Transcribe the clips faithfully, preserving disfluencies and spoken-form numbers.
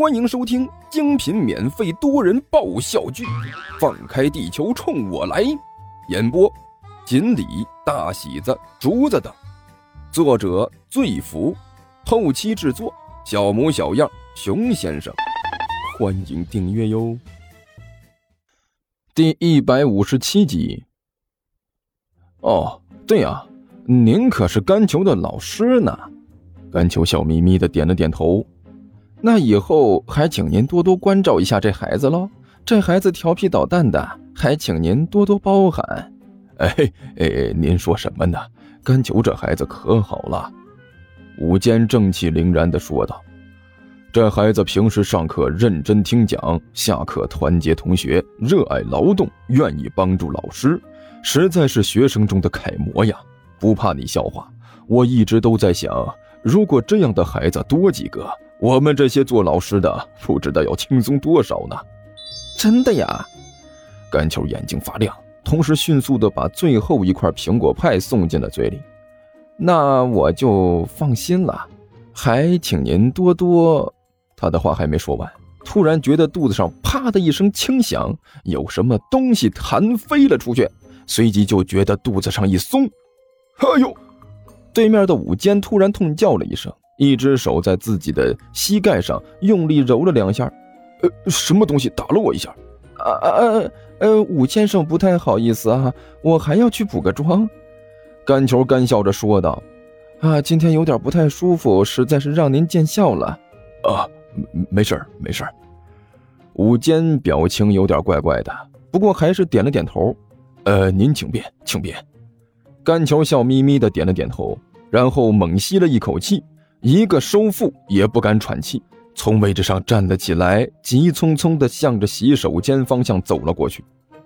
欢迎收听精品免费多人爆笑剧《放开地球冲我来》，演播锦鲤、大喜子、竹子等，作者醉福，后期制作小模小样、熊先生。欢迎订阅哟。第一百五十七集。哦，对呀，您可是甘球的老师呢。甘球笑眯眯的点了点头。那以后还请您多多关照一下这孩子咯，这孩子调皮捣蛋的，还请您多多包涵。哎哎，您说什么呢？甘球这孩子可好了。武坚正气凛然地说道，这孩子平时上课认真听讲，下课团结同学，热爱劳动，愿意帮助老师，实在是学生中的楷模呀。不怕你笑话，我一直都在想，如果这样的孩子多几个，我们这些做老师的不知道要轻松多少呢。真的呀。甘球眼睛发亮，同时迅速地把最后一块苹果派送进了嘴里。那我就放心了，还请您多多。他的话还没说完，突然觉得肚子上啪的一声轻响，有什么东西弹飞了出去，随即就觉得肚子上一松。哎呦！对面的武坚突然痛叫了一声，一只手在自己的膝盖上用力揉了两下。呃，什么东西打了我一下？啊啊呃，武先生不太好意思啊，我还要去补个妆。甘球干笑着说道。啊，今天有点不太舒服，实在是让您见笑了。啊，没事没事。武坚表情有点怪怪的，不过还是点了点头。呃，您请便，请便。甘球笑眯眯地点了点头，然后猛吸了一口气，一个收腹也不敢喘气，从位置上站了起来，急匆匆地向着洗手间方向走了过去。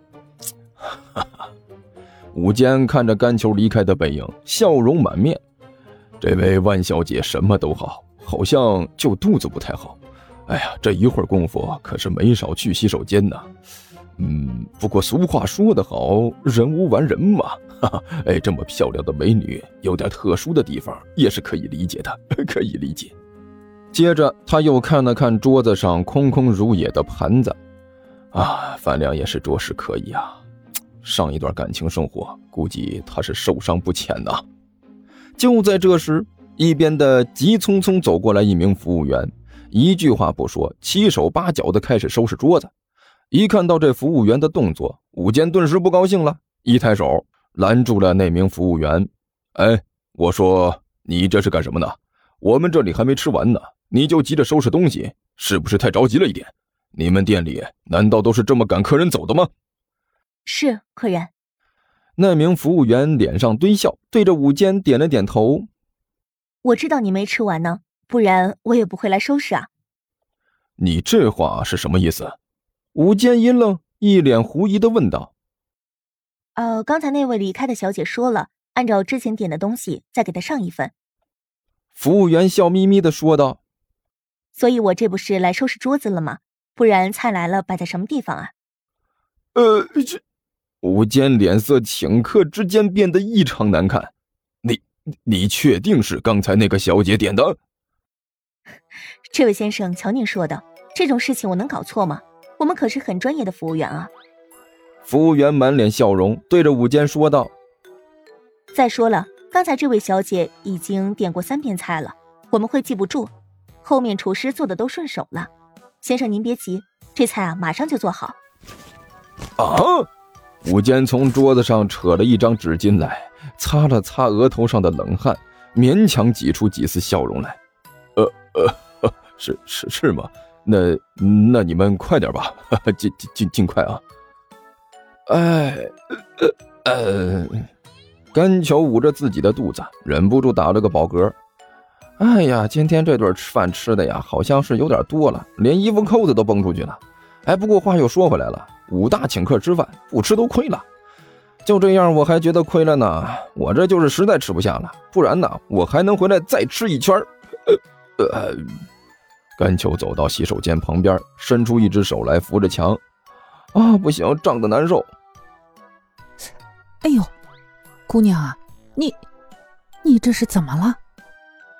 武坚看着甘球离开的背影，笑容满面。这位万小姐什么都好，好像就肚子不太好。哎呀，这一会儿功夫可是没少去洗手间呢。嗯，不过俗话说得好，人无完人嘛。哈哈，哎，这么漂亮的美女，有点特殊的地方也是可以理解的，可以理解。接着他又看了看桌子上空空如也的盘子，啊，饭量也是着实可以啊。上一段感情生活，估计他是受伤不浅呐。就在这时，一边的急匆匆走过来一名服务员，一句话不说，七手八脚的开始收拾桌子。一看到这服务员的动作，武坚顿时不高兴了，一抬手拦住了那名服务员。哎，我说你这是干什么呢？我们这里还没吃完呢，你就急着收拾东西，是不是太着急了一点？你们店里难道都是这么赶客人走的吗？ 是，客人。 那名服务员脸上堆笑，对着武坚点了点头。 我知道你没吃完呢，不然我也不会来收拾啊。 你这话是什么意思？武坚一愣，一脸狐疑地问道。 呃，刚才那位离开的小姐说了，按照之前点的东西再给她上一份。 服务员笑眯眯地说道。 所以我这不是来收拾桌子了吗？不然菜来了摆在什么地方啊？ 呃，这武坚脸色顷刻之间变得异常难看。你你确定是刚才那个小姐点的？ 这位先生，瞧您说的，这种事情我能搞错吗？我们可是很专业的服务员啊。 服务员满脸笑容，对着武坚说道。 再说了，刚才这位小姐已经点过三遍菜了，我们会记不住，后面厨师做的都顺手了。先生您别急，这菜啊马上就做好。 啊！武坚从桌子上扯了一张纸巾来，擦了擦额头上的冷汗，勉强挤出几丝笑容来。呃呃，是是是吗？那那你们快点吧，尽尽尽尽快啊！哎，呃呃，甘球捂着自己的肚子，忍不住打了个饱嗝。哎呀，今天这顿吃饭吃的呀，好像是有点多了，连衣服扣子都蹦出去了。哎，不过话又说回来了，武大请客吃饭，不吃都亏了。就这样，我还觉得亏了呢。我这就是实在吃不下了，不然呢，我还能回来再吃一圈。呃呃。甘球走到洗手间旁边，伸出一只手来扶着墙。啊，不行，胀得难受。 哎呦，姑娘啊，你你这是怎么了？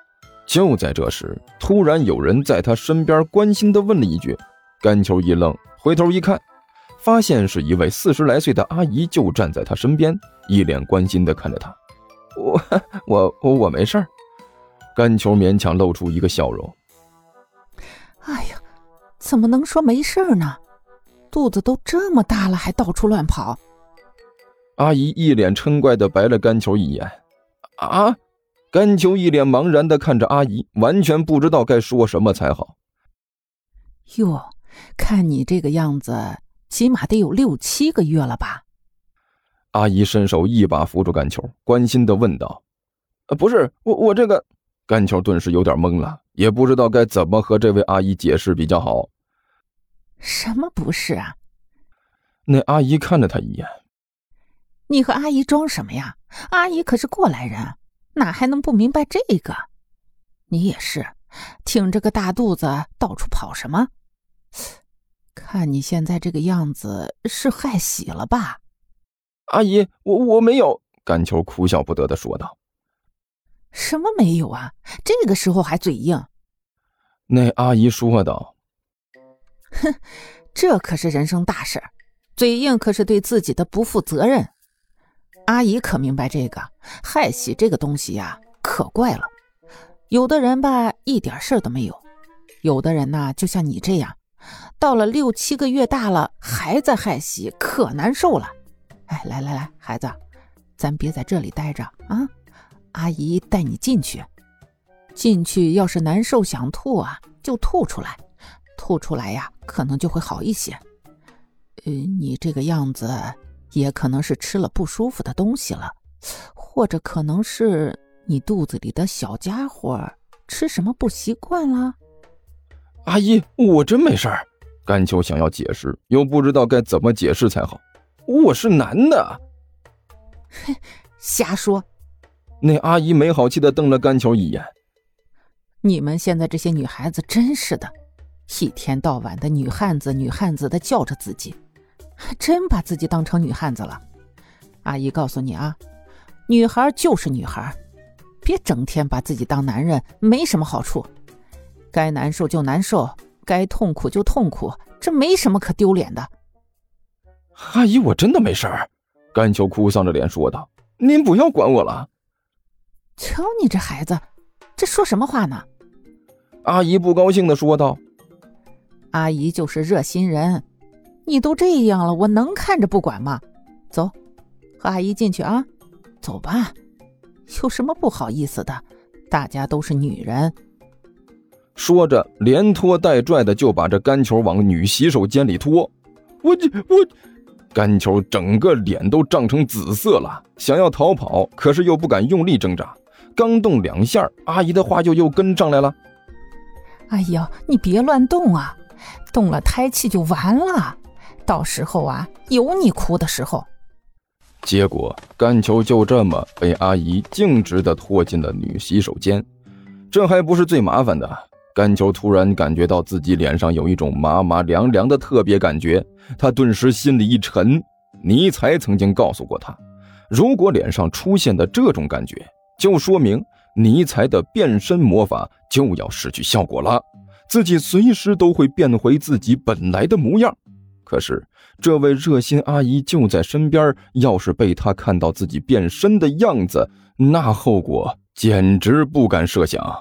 就在这时，突然有人在他身边关心地问了一句。甘球一愣，回头一看，发现是一位四十来岁的阿姨就站在他身边，一脸关心地看着他。我我我我没事儿。甘球勉强露出一个笑容。 哎呀，怎么能说没事呢？肚子都这么大了还到处乱跑。 阿姨一脸嗔怪地白了甘球一眼。啊！甘球一脸茫然地看着阿姨，完全不知道该说什么才好。 哟，看你这个样子，起码得有六七个月了吧？ 阿姨伸手一把扶住甘球，关心地问道：“呃，不是，我我这个……”甘球顿时有点懵了，也不知道该怎么和这位阿姨解释比较好。 什么不是啊？ 那阿姨看了他一眼。 你和阿姨装什么呀？阿姨可是过来人，哪还能不明白这个？你也是，挺着个大肚子到处跑什么？看你现在这个样子，是害喜了吧？ 阿姨，我我没有。甘球哭笑不得地说道。 什么没有啊？这个时候还嘴硬？ 那阿姨说道。 哼，这可是人生大事，嘴硬可是对自己的不负责任。阿姨可明白这个，害喜这个东西呀，可怪了。有的人吧，一点事都没有；有的人呢，就像你这样，到了六七个月大了，还在害喜，可难受了。哎，来来来，孩子，咱别在这里待着啊！阿姨带你进去。进去要是难受想吐啊，就吐出来，吐出来呀，可能就会好一些。呃，你这个样子，也可能是吃了不舒服的东西了，或者可能是你肚子里的小家伙吃什么不习惯了。 阿姨，我真没事儿。甘球想要解释，又不知道该怎么解释才好。我是男的。 嘿，瞎说。 那阿姨没好气地瞪了甘球一眼。 你们现在这些女孩子真是的，一天到晚的女汉子女汉子的叫着自己，还真把自己当成女汉子了。阿姨告诉你啊，女孩就是女孩，别整天把自己当男人，没什么好处。该难受就难受，该痛苦就痛苦，这没什么可丢脸的。 阿姨，我真的没事儿。甘球哭丧着脸说道。您不要管我了。 瞧你这孩子，这说什么话呢？ 阿姨不高兴地说道。 阿姨就是热心人，你都这样了，我能看着不管吗？走，和阿姨进去啊。走吧，有什么不好意思的，大家都是女人。 说着连拖带拽的就把这甘球往女洗手间里拖。我我甘球整个脸都涨成紫色了，想要逃跑，可是又不敢用力挣扎，刚动两下，阿姨的话就又跟上来了。 哎呦，你别乱动啊，动了胎气就完了，到时候啊，有你哭的时候。 结果甘球就这么被阿姨径直地拖进了女洗手间。这还不是最麻烦的，甘球突然感觉到自己脸上有一种麻麻凉凉的特别感觉，他顿时心里一沉。尼采曾经告诉过他，如果脸上出现的这种感觉，就说明尼采的变身魔法就要失去效果了，自己随时都会变回自己本来的模样。可是这位热心阿姨就在身边，要是被她看到自己变身的样子，那后果简直不敢设想。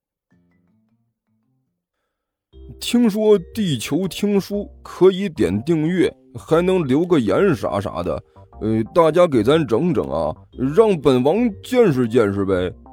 听说地球听书可以点订阅，还能留个言啥啥的，呃，大家给咱整整啊，让本王见识见识呗。